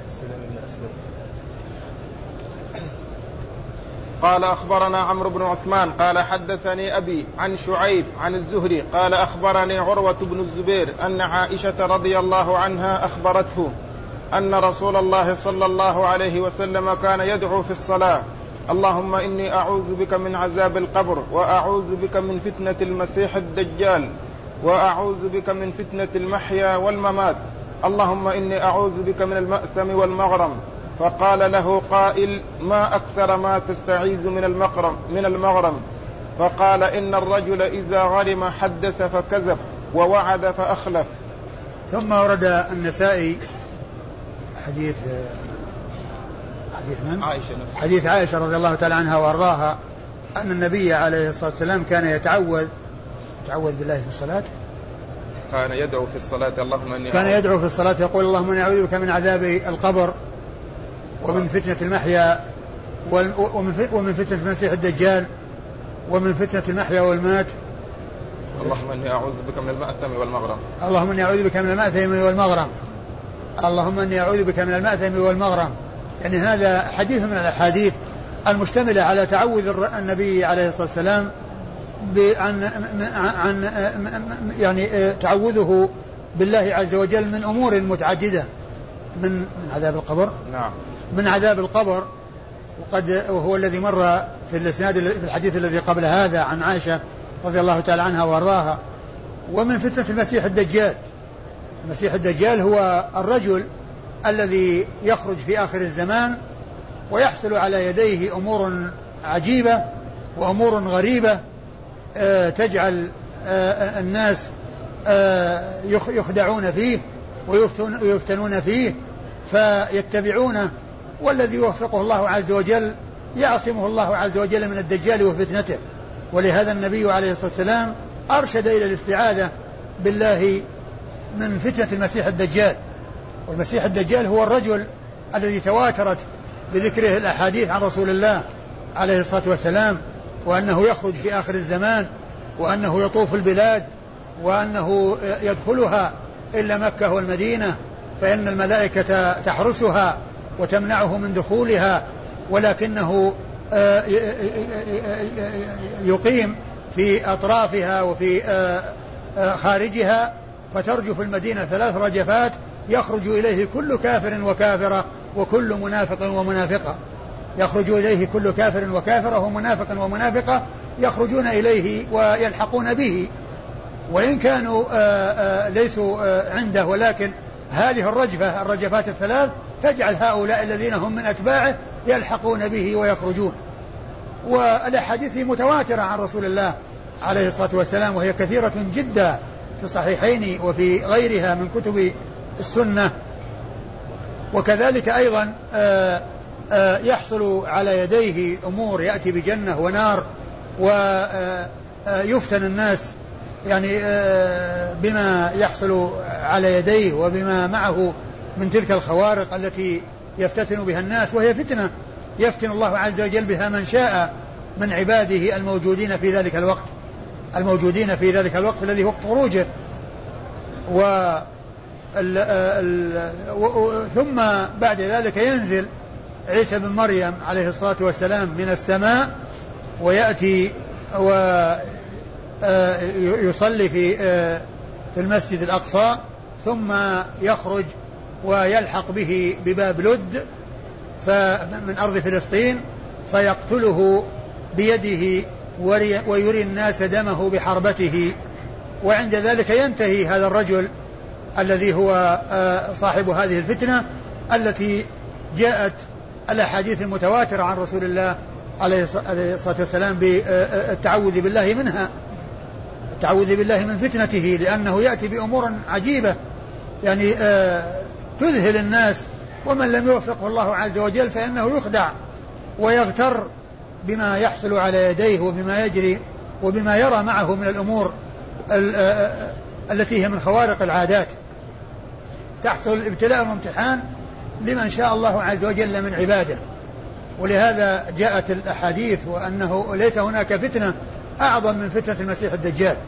قال أخبرنا عمرو بن عثمان قال حدثني أبي عن شعيب عن الزهري قال أخبرني عروة بن الزبير أن عائشة رضي الله عنها أخبرته أن رسول الله صلى الله عليه وسلم كان يدعو في الصلاة: اللهم إني أعوذ بك من عذاب القبر، وأعوذ بك من فتنة المسيح الدجال، وأعوذ بك من فتنة المحيا والممات، اللهم إني أعوذ بك من المأثم والمغرم. فقال له قائل: ما أكثر ما تستعيذ من المغرم من المغرم فقال: إن الرجل إذا غرم حدث فكذب ووعد فأخلف. ثم ورد النسائي حديث حديث من؟ عائشة نفسه. حديث عائشة رضي الله تعالى عنها وأرضاها أن النبي عليه الصلاة والسلام كان يتعوذ تعوذ بالله في الصلاة كان يدعو في الصلاة اللهم إني كان يدعو في الصلاة يقول: اللهم إني أعوذ بك من عذاب القبر ومن فتنة المحيا ومن فتنة المسيح الدجال ومن فتنة المحيا والمات، اللهم إني أعوذ بك من المأثم والمغرم اللهم إني أعوذ بك من المأثم والمغرم اللهم إني أعوذ بك من المأثم والمغرم. يعني هذا حديث من الأحاديث المشتملة على تعوذ النبي عليه الصلاة والسلام عن عن يعني تعوذه بالله عز وجل من أمور متعددة، من من عذاب القبر نعم من عذاب القبر، وقد وهو الذي مر في الاسناد في الحديث الذي قبل هذا عن عائشة رضي الله تعالى عنها وارضاها. ومن فتنة المسيح الدجال. المسيح الدجال هو الرجل الذي يخرج في آخر الزمان ويحصل على يديه أمور عجيبة وأمور غريبة تجعل الناس يخدعون فيه ويفتنون فيه فيتبعونه، والذي يوفقه الله عز وجل يعصمه الله عز وجل من الدجال وفتنته. ولهذا النبي عليه الصلاة والسلام أرشد إلى الاستعاذة بالله من فتنة المسيح الدجال. والمسيح الدجال هو الرجل الذي تواترت بذكره الأحاديث عن رسول الله عليه الصلاة والسلام، وأنه يخرج في آخر الزمان، وأنه يطوف البلاد، وأنه يدخلها إلا مكة والمدينة، فإن الملائكة تحرسها وتمنعه من دخولها، ولكنه يقيم في أطرافها وفي خارجها، فترجف المدينة ثلاث رجفات يخرج إليه كل كافر وكافرة وكل منافق ومنافقة، يخرج إليه كل كافر وكافرة ومنافق ومنافقة، يخرجون إليه ويلحقون به، وإن كانوا ليسوا عنده، ولكن هذه الرجفة الرجفات الثلاث تجعل هؤلاء الذين هم من أتباعه يلحقون به ويخرجون. والأحاديث متواترة عن رسول الله عليه الصلاة والسلام، وهي كثيرة جدا في الصحيحين وفي غيرها من كتب السنة. وكذلك أيضا يحصل على يديه أمور، يأتي بجنة ونار ويفتن الناس يعني بما يحصل على يديه وبما معه من تلك الخوارق التي يفتتن بها الناس، وهي فتنة يفتن الله عز وجل بها من شاء من عباده الموجودين في ذلك الوقت الموجودين في ذلك الوقت الذي وقت خروجه. و ال ال ثم بعد ذلك ينزل عيسى بن مريم عليه الصلاة والسلام من السماء ويأتي ويصلي في في المسجد الأقصى، ثم يخرج ويلحق به بباب لد من أرض فلسطين فيقتله بيده ويري الناس دمه بحربته. وعند ذلك ينتهي هذا الرجل الذي هو صاحب هذه الفتنة التي جاءت الأحاديث المتواترة عن رسول الله عليه الصلاة والسلام بالتعوذ بالله منها، التعوذ بالله من فتنته، لأنه يأتي بأمور عجيبة يعني تذهل الناس، ومن لم يوفقه الله عز وجل فإنه يخدع ويغتر بما يحصل على يديه وبما يجري وبما يرى معه من الأمور التي هي من خوارق العادات. تحصل الابتلاء والامتحان لمن شاء الله عز وجل من عباده. ولهذا جاءت الأحاديث وأنه ليس هناك فتنة أعظم من فتنة المسيح الدجال.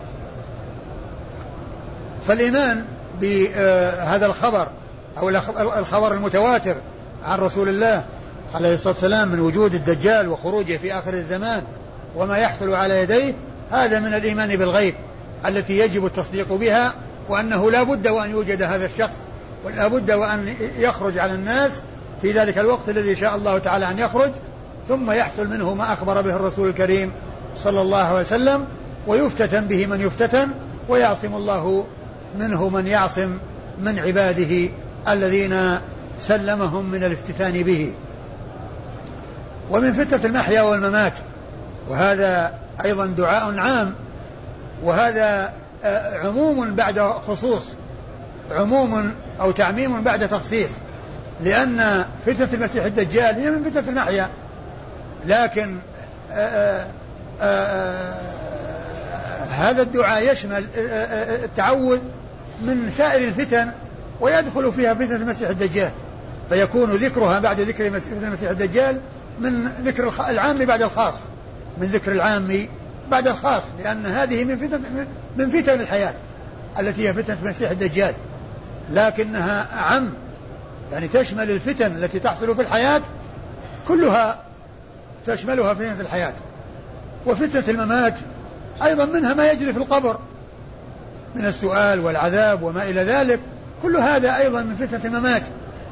فالإيمان بهذا الخبر أو الخبر المتواتر عن رسول الله عليه الصلاة والسلام من وجود الدجال وخروجه في آخر الزمان وما يحصل على يديه، هذا من الإيمان بالغيب التي يجب التصديق بها، وأنه لا بد وأن يوجد هذا الشخص ولا بد وأن يخرج على الناس في ذلك الوقت الذي شاء الله تعالى أن يخرج، ثم يحصل منه ما أخبر به الرسول الكريم صلى الله عليه وسلم، ويفتتن به من يفتتن، ويعصم الله منه من يعصم من عباده الذين سلمهم من الافتتان به. ومن فتنة المحيا والممات، وهذا أيضا دعاء عام، وهذا عموم بعد خصوص، عموم أو تعميم بعد تخصيص، لأن فتنة المسيح الدجال هي من فتنة المحيا، لكن آآ آآ هذا الدعاء يشمل التعوذ من سائر الفتن، ويدخل فيها فتنة المسيح الدجال، فيكون ذكرها بعد ذكر فتنة المسيح الدجال من ذكر العام بعد الخاص، من ذكر العام بعد الخاص، لأن هذه من فتن من فتن الحياة التي هي فتنة المسيح الدجال، لكنها أعم، يعني تشمل الفتن التي تحصل في الحياة كلها، تشملها فتنة الحياة. وفتنة الممات أيضا منها ما يجري في القبر من السؤال والعذاب وما إلى ذلك، كل هذا أيضا من فتنة الممات.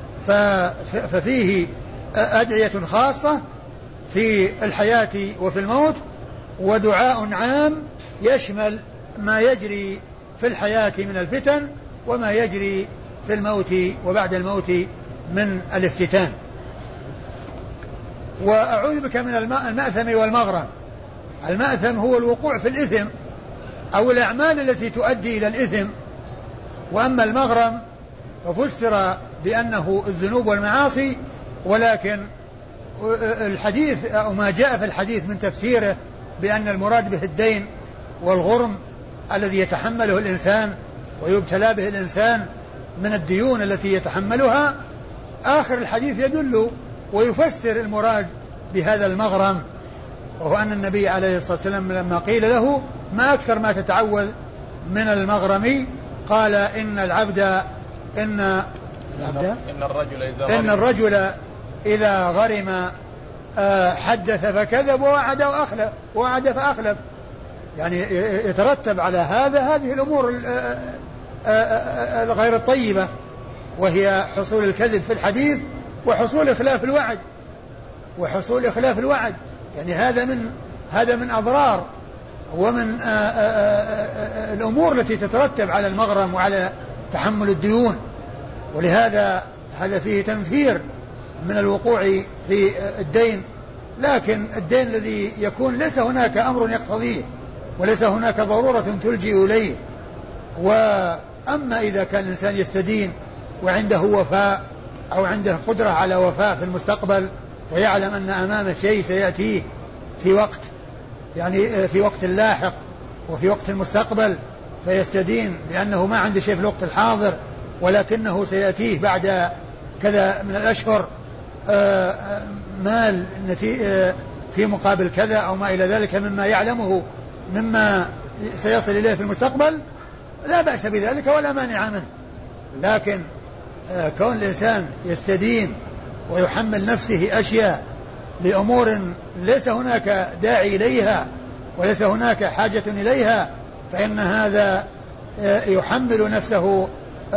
ففيه أدعية خاصة في الحياة وفي الموت، ودعاء عام يشمل ما يجري في الحياة من الفتن وما يجري في الموت وبعد الموت من الافتتان. وأعوذ بك من المأثم والمغرم. المأثم هو الوقوع في الإثم أو الأعمال التي تؤدي إلى الإثم، وأما المغرم ففسر بأنه الذنوب والمعاصي، ولكن الحديث أو ما جاء في الحديث من تفسيره بأن المراد به الدين والغرم الذي يتحمله الإنسان ويبتلى به الإنسان من الديون التي يتحملها، آخر الحديث يدل ويفسر المراد بهذا المغرم، وهو أن النبي عليه الصلاة والسلام لما قيل له ما أكثر ما تتعوذ من المغرم، قال إن العبد إن العبد إن الرجل إذا غرم, إن الرجل إذا غرم حدث فكذب ووعد وأخلف ووعد فأخلف، يعني يترتب على هذا هذه الأمور الغير الطيبة، وهي حصول الكذب في الحديث وحصول إخلاف الوعد وحصول إخلاف الوعد يعني هذا من هذا من أضرار ومن الأمور التي تترتب على المغرم وعلى تحمل الديون. ولهذا هذا فيه تنفير من الوقوع في الدين، لكن الدين الذي يكون ليس هناك أمر يقتضيه وليس هناك ضرورة تلجئ إليه. وأما إذا كان الإنسان يستدين وعنده وفاء أو عنده قدرة على وفاء في المستقبل، ويعلم أن أمامه شيء سيأتيه في وقت يعني في وقت لاحق وفي وقت المستقبل، فيستدين لأنه ما عنده شيء في الوقت الحاضر ولكنه سيأتيه بعد كذا من الأشهر مال في مقابل كذا أو ما إلى ذلك مما يعلمه مما سيصل إليه في المستقبل، لا بأس بذلك ولا مانع منه. لكن كون الإنسان يستدين ويحمل نفسه أشياء لأمور ليس هناك داعي إليها وليس هناك حاجة إليها، فإن هذا يحمل نفسه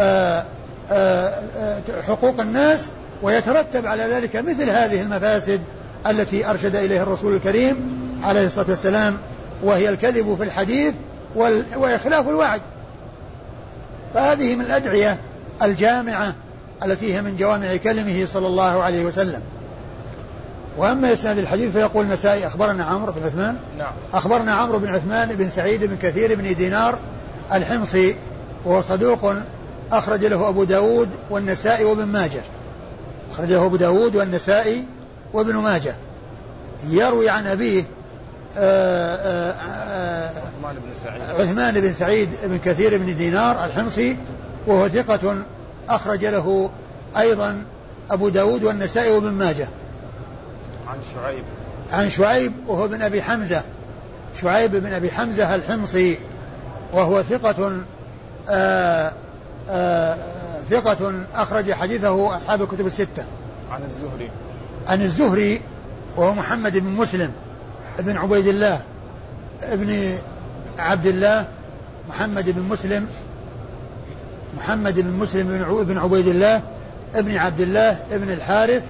حقوق الناس، ويترتب على ذلك مثل هذه المفاسد التي أرشد إليها الرسول الكريم عليه الصلاة والسلام، وهي الكذب في الحديث وإخلاف الوعد. فهذه من الأدعية الجامعة التي هي من جوامع كلمه صلى الله عليه وسلم. وأما إسناد الحديث فيقول النسائي أخبرنا عمرو بن عثمان نعم. أخبرنا عمرو بن عثمان بن سعيد بن كثير بن دينار الحمصي، وهو صدوق أخرج له أبو داود والنسائي وابن ماجه أخرج له أبو داود والنسائي وابن ماجه. يروي عن أبيه آآ آآ عثمان بن سعيد بن كثير بن دينار الحمصي، وهو ثقة أخرج له أيضا أبو داود والنسائي وابن ماجه. عن شعيب عن شعيب وهو بن أبي حمزة، شعيب بن أبي حمزة الحمصي، وهو ثقة آآ آآ ثقة أخرج حديثه أصحاب الكتب الستة. عن الزهري عن الزهري وهو محمد بن مسلم ابن عبيد الله ابن عبد الله محمد بن مسلم محمد بن مسلم بن عبيد الله ابن عبد الله ابن الحارث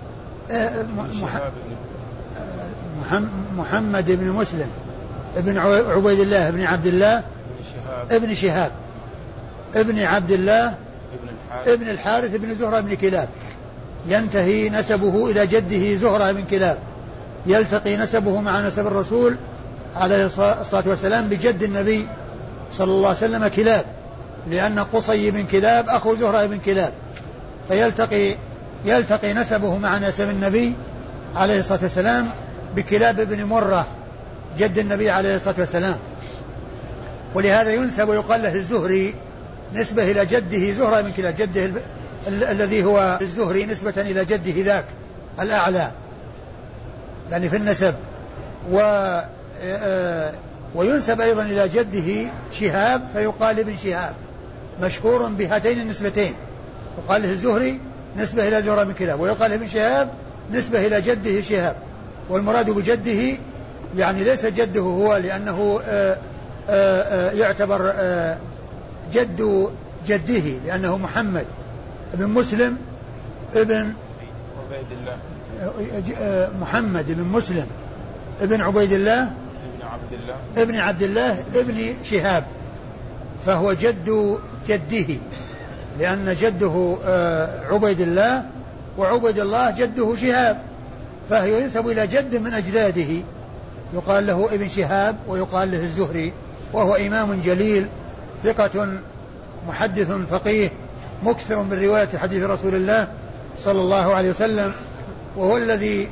محمد بن مسلم ابن عبيد الله ابن عبد الله ابن شهاب ابن عبد الله ابن الحارث ابن زهرة بن كلاب، ينتهي نسبه إلى جده زهرة بن كلاب، يلتقي نسبه مع نسب الرسول عليه الصلاة والسلام بجد النبي صلى الله عليه وسلم كلاب، لأن قصي بن كلاب أخو زهرة بن كلاب، فيلتقي يلتقي نسبه مع نسب النبي عليه الصلاة والسلام بكلاب بن مرة جد النبي عليه الصلاة والسلام، ولهذا ينسب ويقال له الزهري نسبة إلى جده زهرة بن كلاب، جده ال... ال... الذي هو الزهري نسبة إلى جده ذاك الأعلى يعني في النسب، و... وينسب أيضا إلى جده شهاب فيقال ابن شهاب، مشهور بهاتين النسبتين، يقال له الزهري نسبة إلى زهرة بن كلاب، ويقال ابن شهاب نسبة إلى جده شهاب، والمراد بجده يعني ليس جده هو، لأنه آآ آآ يعتبر آآ جد جده، لأنه محمد بن مسلم ابن عبيد الله محمد بن مسلم ابن عبيد الله ابن عبد الله ابن عبد الله ابن شهاب، فهو جد جده، لأن جده عبيد الله وعبيد الله جده شهاب، فهو ينسب إلى جد من أجداده، يقال له ابن شهاب ويقال له الزهري، وهو إمام جليل ثقة محدث فقيه مكثر من رواية حديث رسول الله صلى الله عليه وسلم، وهو الذي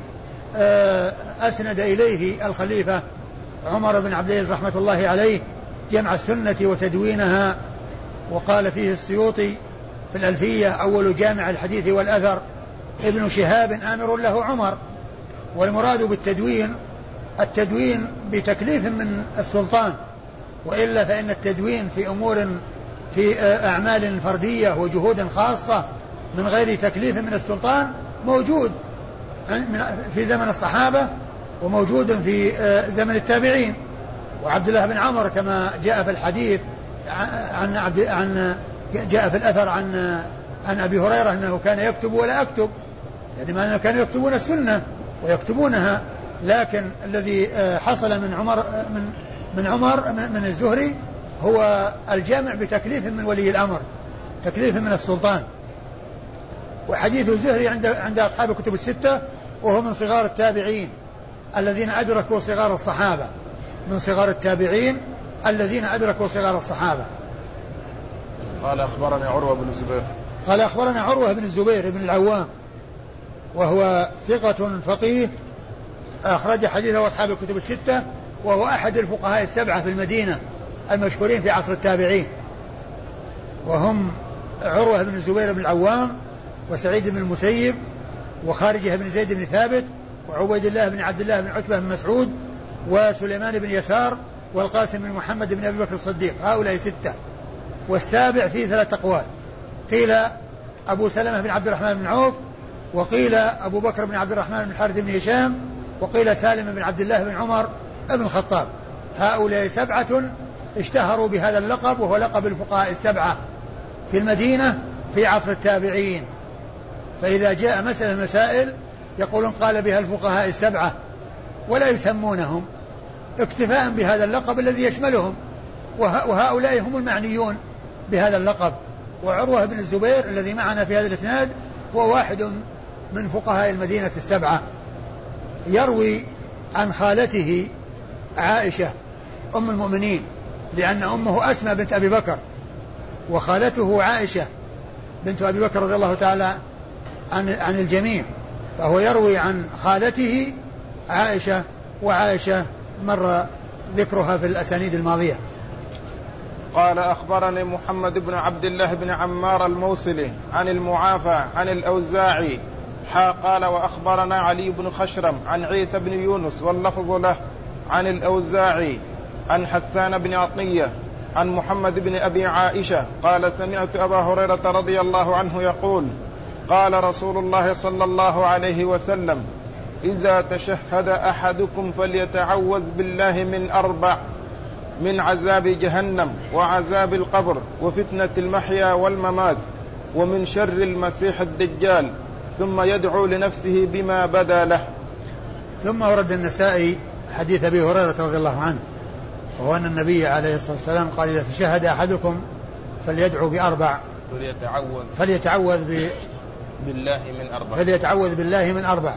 أسند إليه الخليفة عمر بن عبد العزيز رحمة الله عليه جمع السنة وتدوينها، وقال فيه السيوطي في الألفية أول جامع الحديث والأثر ابن شهاب آمر له عمر. والمراد بالتدوين التدوين بتكليف من السلطان، وإلا فإن التدوين في أمور في أعمال فردية وجهود خاصة من غير تكليف من السلطان موجود في زمن الصحابة وموجود في زمن التابعين. وعبد الله بن عمر كما جاء في الحديث عن عبد عن جاء في الأثر عن عن أبي هريرة أنه كان يكتب ولا أكتب، يعني ما أنه كانوا يكتبون السنة ويكتبونها، لكن الذي حصل من عمر من من عمر من الزهري هو الجامع بتكليف من ولي الأمر، تكليف من السلطان. وحديث الزهري عند عند أصحاب الكتب الستة، وهو من صغار التابعين الذين أدركوا صغار الصحابة، من صغار التابعين الذين أدركوا صغار الصحابة. قال أخبرنا عروة بن الزبير قال أخبرنا عروة بن الزبير بن العوام، وهو ثقة فقيه أخرج حديثه أصحاب الكتب الستة، وهو أحد الفقهاء السبعة في المدينة المشهورين في عصر التابعين، وهم عروة بن الزبير بن العوام وسعيد بن المسيب وخارجة بن زيد بن ثابت وعبيد الله بن عبد الله بن عتبة بن مسعود وسليمان بن يسار والقاسم بن محمد بن أبي بكر الصديق، هؤلاء ستة. والسابع فيه ثلاث أقوال، قيل أبو سلمة بن عبد الرحمن بن عوف، وقيل أبو بكر بن عبد الرحمن بن الحارث بن هشام، وقيل سالم بن عبد الله بن عمر بن الخطاب. هؤلاء سبعة اشتهروا بهذا اللقب، وهو لقب الفقهاء السبعة في المدينة في عصر التابعين. فإذا جاء مسألة مسائل يقولون قال بها الفقهاء السبعة، ولا يسمونهم اكتفاء بهذا اللقب الذي يشملهم، وهؤلاء هم المعنيون بهذا اللقب. وعروة بن الزبير الذي معنا في هذا الإسناد هو واحد من فقهاء المدينة السبعة، يروي عن خالته عائشة أم المؤمنين، لأن أمه أسمى بنت أبي بكر، وخالته عائشة بنت أبي بكر رضي الله تعالى عن, عن الجميع، فهو يروي عن خالته عائشة، وعائشة مر ذكرها في الأسانيد الماضية. قال أخبرني محمد بن عبد الله بن عمار الموصلي عن المعافى عن الأوزاعي حا قال وأخبرنا علي بن خشرم عن عيسى بن يونس واللفظ له عن الأوزاعي عن حسان بن عطية عن محمد بن أبي عائشة قال سمعت أبا هريرة رضي الله عنه يقول قال رسول الله صلى الله عليه وسلم إذا تشهد أحدكم فليتعوذ بالله من أربع: من عذاب جهنم وعذاب القبر وفتنة المحيا والممات ومن شر المسيح الدجال، ثم يدعو لنفسه بما بدا له. ثم ورد النسائي حديث أبي هريرة رضي الله عنه، وهو أن النبي عليه الصلاة والسلام قال إذا تشهد أحدكم فليدعو بأربع فليتعوذ فليتعوذ ب... بالله من أربع فليتعوذ بالله من أربع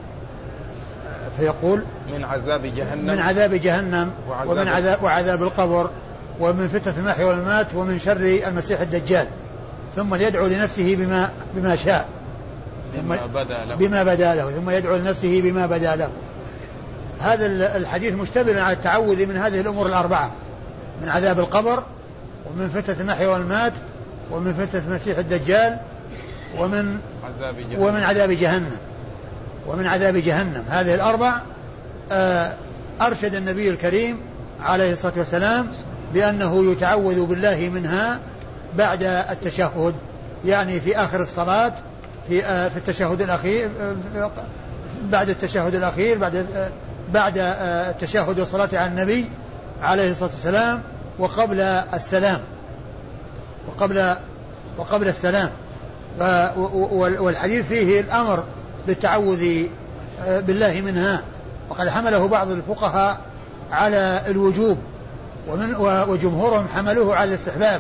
فيقول من عذاب جهنم من عذاب جهنم وعذاب ومن عذاب وعذاب القبر ومن فتنة المحيا والممات ومن شر المسيح الدجال، ثم يدعو لنفسه بما بما شاء بما بدا له بما بدا له ثم يدعو لنفسه بما بدا له. هذا الحديث مشتمل على التعوذ من هذه الأمور الأربعة: من عذاب القبر ومن فتنة المحيا والممات ومن فتنة المسيح الدجال ومن عذاب جهنم ومن عذاب جهنم ومن عذاب جهنم. هذه الأربع أرشد النبي الكريم عليه الصلاة والسلام بأنه يتعوذ بالله منها بعد التشهد، يعني في آخر الصلاة، في في التشهد الأخير، بعد التشهد الأخير بعد بعد التشهد والصلاة على النبي عليه الصلاة والسلام، وقبل السلام وقبل وقبل السلام. والحديث فيه الأمر بالتعوذ بالله منها، وقد حمله بعض الفقهاء على الوجوب، ومن وجمهورهم حملوه على الاستحباب،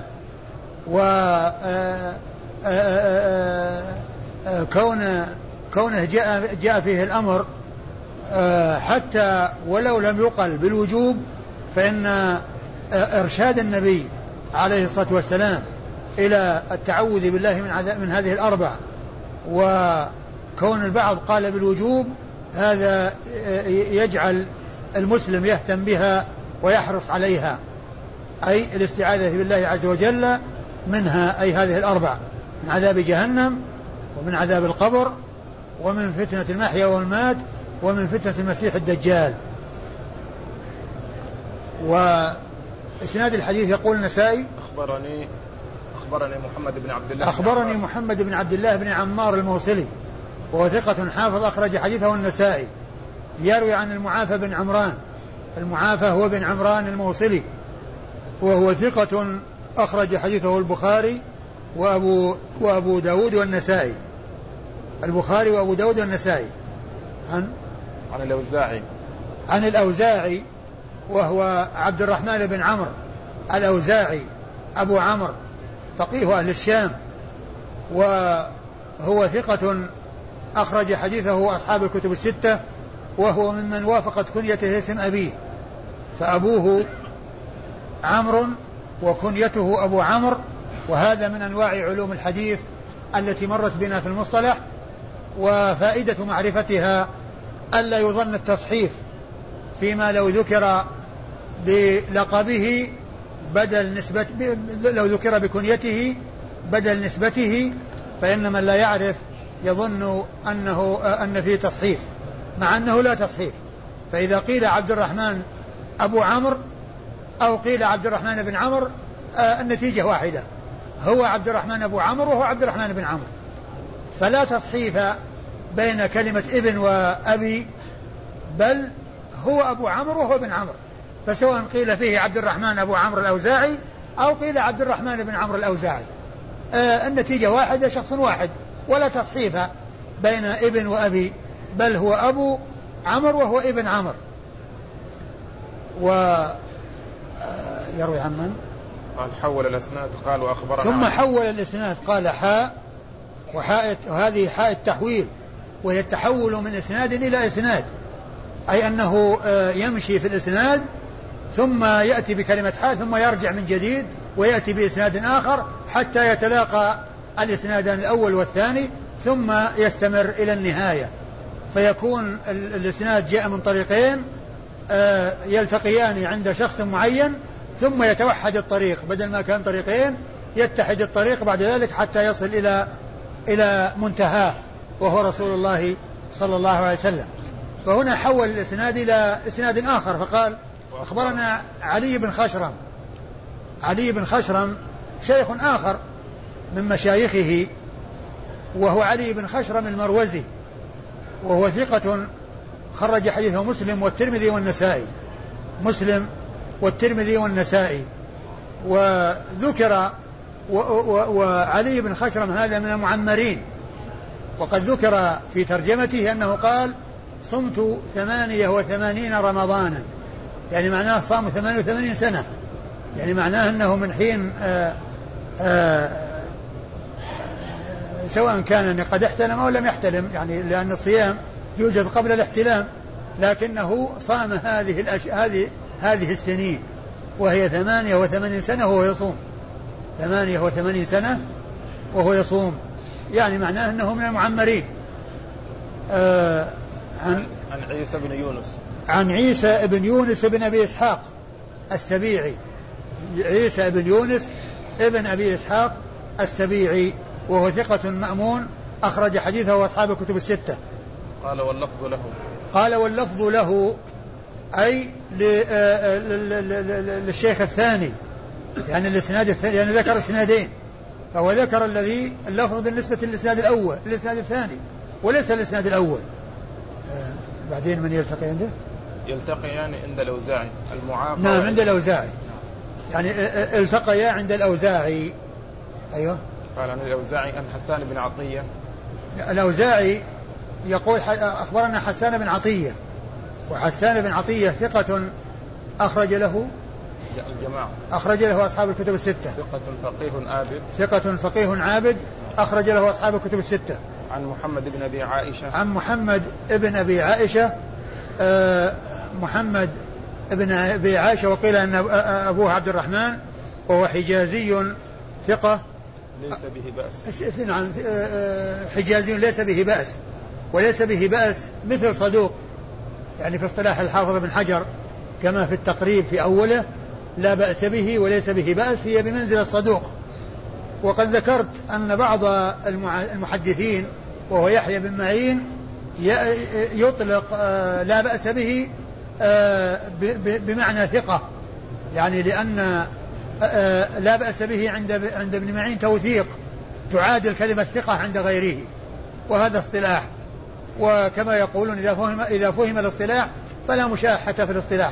وكون كونه جاء جاء فيه الأمر حتى ولو لم يقل بالوجوب، فإن إرشاد النبي عليه الصلاة والسلام إلى التعوذ بالله من عذاب من هذه الأربع، وكون البعض قال بالوجوب، هذا يجعل المسلم يهتم بها ويحرص عليها، أي الاستعاذة بالله عز وجل منها، أي هذه الأربع: من عذاب جهنم ومن عذاب القبر ومن فتنة المحيا والممات ومن فتنة المسيح الدجال. وإسناد الحديث يقول النسائي أخبرني أخبرني محمد بن عبد الله أخبرني محمد بن عبد الله بن عمار الموصلي، وهو ثقة حافظ أخرج حديثه النسائي، يروي عن المعافى بن عمران. المعافى هو بن عمران الموصلي، وهو ثقة أخرج حديثه البخاري وأبو, وأبو داود والنسائي. البخاري وأبو داود والنسائي. عن عن الأوزاعي عن الأوزاعي وهو عبد الرحمن بن عمرو الأوزاعي أبو عمرو، فقيه أهل الشام، وهو ثقة أخرج حديثه أصحاب الكتب الستة، وهو ممن وافقت كنيته اسم أبيه، فأبوه عمرو وكنيته أبو عمرو، وهذا من أنواع علوم الحديث التي مرت بنا في المصطلح. وفائدة معرفتها ألا يظن التصحيف فيما لو ذكر بلقبه بدل نسبة، لو ذكر بكنيته بدل نسبته، فإن من لا يعرف يظن أنه أن فيه تصحيف، مع أنه لا تصحيف. فإذا قيل عبد الرحمن أبو عمرو أو قيل عبد الرحمن بن عمرو، النتيجة واحدة، هو عبد الرحمن أبو عمرو وهو عبد الرحمن بن عمرو، فلا تصحيف بين كلمة ابن وأبي، بل هو أبو عمرو وهو بن عمرو، فسواء قيل فيه عبد الرحمن أبو عمرو الأوزاعي أو قيل عبد الرحمن بن عمرو الأوزاعي، آه النتيجة واحدة، شخص واحد، ولا تصحيف بين ابن وأبي، بل هو أبو عمرو وهو ابن عمرو. ويروي عن من؟ قال حول الأسناد قال وأخبرنا، ثم حول الإسناد قال حاء، وحاء وهذه حاء التحويل، وهي التحول من إسناد إلى إسناد، أي أنه يمشي في الإسناد ثم يأتي بكلمة حاء ثم يرجع من جديد ويأتي بإسناد آخر حتى يتلاقى الإسنادان الأول والثاني ثم يستمر إلى النهاية، فيكون الإسناد جاء من طريقين يلتقيان عند شخص معين، ثم يتوحد الطريق، بدل ما كان طريقين يتحد الطريق بعد ذلك حتى يصل إلى إلى منتهاه وهو رسول الله صلى الله عليه وسلم. فهنا حول الإسناد إلى إسناد آخر فقال أخبرنا علي بن خشرم. علي بن خشرم شيخ آخر من مشايخه وهو علي بن خشرم المروزي، وهو ثقة خرج حديثه مسلم والترمذي والنسائي، مسلم والترمذي والنسائي. وذكر و و وعلي بن خشرم هذا من المعمرين، وقد ذكر في ترجمته أنه قال صمت ثمانية وثمانين رمضانا، يعني معناه صام ثمانية وثمانين سنة، يعني معناه أنه من حين آآ آآ سواء كان قد احتلم أو لم يحتلم، يعني لأن الصيام يوجد قبل الاحتلام، لكنه صام هذه الأش... هذه هذه السنين وهي ثمانية وثمانين سنة وهو يصوم، ثمانية وثمانين سنة وهو يصوم، يعني معناه أنه من المعمرين. آه عن عن عيسى بن يونس عن عيسى بن يونس بن أبي إسحاق السبيعي، عيسى بن يونس ابن أبي إسحاق السبيعي، وهو ثقة مأمون أخرج حديثه أصحاب الكتب الستة. قال واللفظ له قال واللفظ له أي للشيخ الثاني، يعني الإسناد الثاني، يعني ذكر إسنادين، فهو ذكر الذي اللفظ بالنسبة للإسناد الأول الإسناد الثاني وليس الإسناد الأول. آه بعدين من يلتقي عنده؟ يلتقيان يعني عند الأوزاعي المعافى. نعم عند الأوزاعي، يعني التقيا عند الأوزاعي. أيوه. قال عن الأوزاعي أن حسان بن عطية. الأوزاعي يقول أخبرنا حسان بن عطية، وحسان بن عطية ثقة أخرج له الجماعة، أخرج له أصحاب الكتب الستة، ثقة فقيه عابد، ثقة فقيه عابد أخرج له أصحاب الكتب الستة. عن محمد بن أبي عائشة، عن محمد بن أبي عائشة آه محمد بن أبي عائشة، وقيل أن أبوه عبد الرحمن، وهو حجازي ثقة ليس به بأس. نعم حجازي ليس به بأس، وليس به بأس مثل صدوق، يعني في اصطلاح الحافظ بن حجر كما في التقريب في أوله لا بأس به وليس به بأس، هي بمنزل الصدوق. وقد ذكرت أن بعض المحدثين وهو يحيى بن معين يطلق لا بأس به بمعنى ثقة، يعني لأن لا بأس به عند عند ابن معين توثيق تعادل كلمة ثقة عند غيره، وهذا اصطلاح، وكما يقولون إذا فهم إذا فهم الاصطلاح فلا مشاحة في الاصطلاح.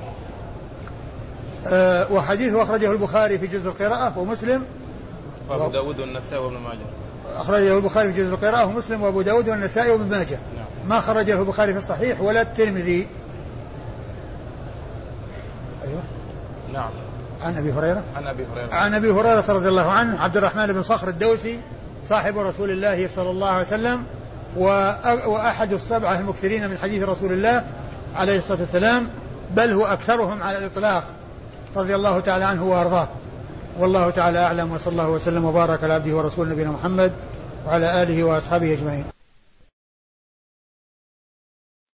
أه وحديثه أخرجه البخاري في جزء القراءة ومسلم وأبو داود والنسائي وابن ماجه. أخرجه البخاري في جزء القراءة ومسلم وأبو داود والنسائي وابن ماجه. نعم. ما خرجه البخاري في الصحيح ولا الترمذي. أيوه. نعم. عن أبي هريرة. عن أبي هريرة. عن أبي هريرة رضي الله عنه عبد الرحمن بن صخر الدوسي صاحب رسول الله صلى الله عليه وسلم، وأحد السبعة المكثرين من حديث رسول الله عليه الصلاة والسلام، بل هو أكثرهم على الإطلاق، رضي الله تعالى عنه وأرضاه. والله تعالى أعلم، وصلى الله وسلم وبارك على عبده ورسوله نبينا محمد وعلى آله وأصحابه أجمعين.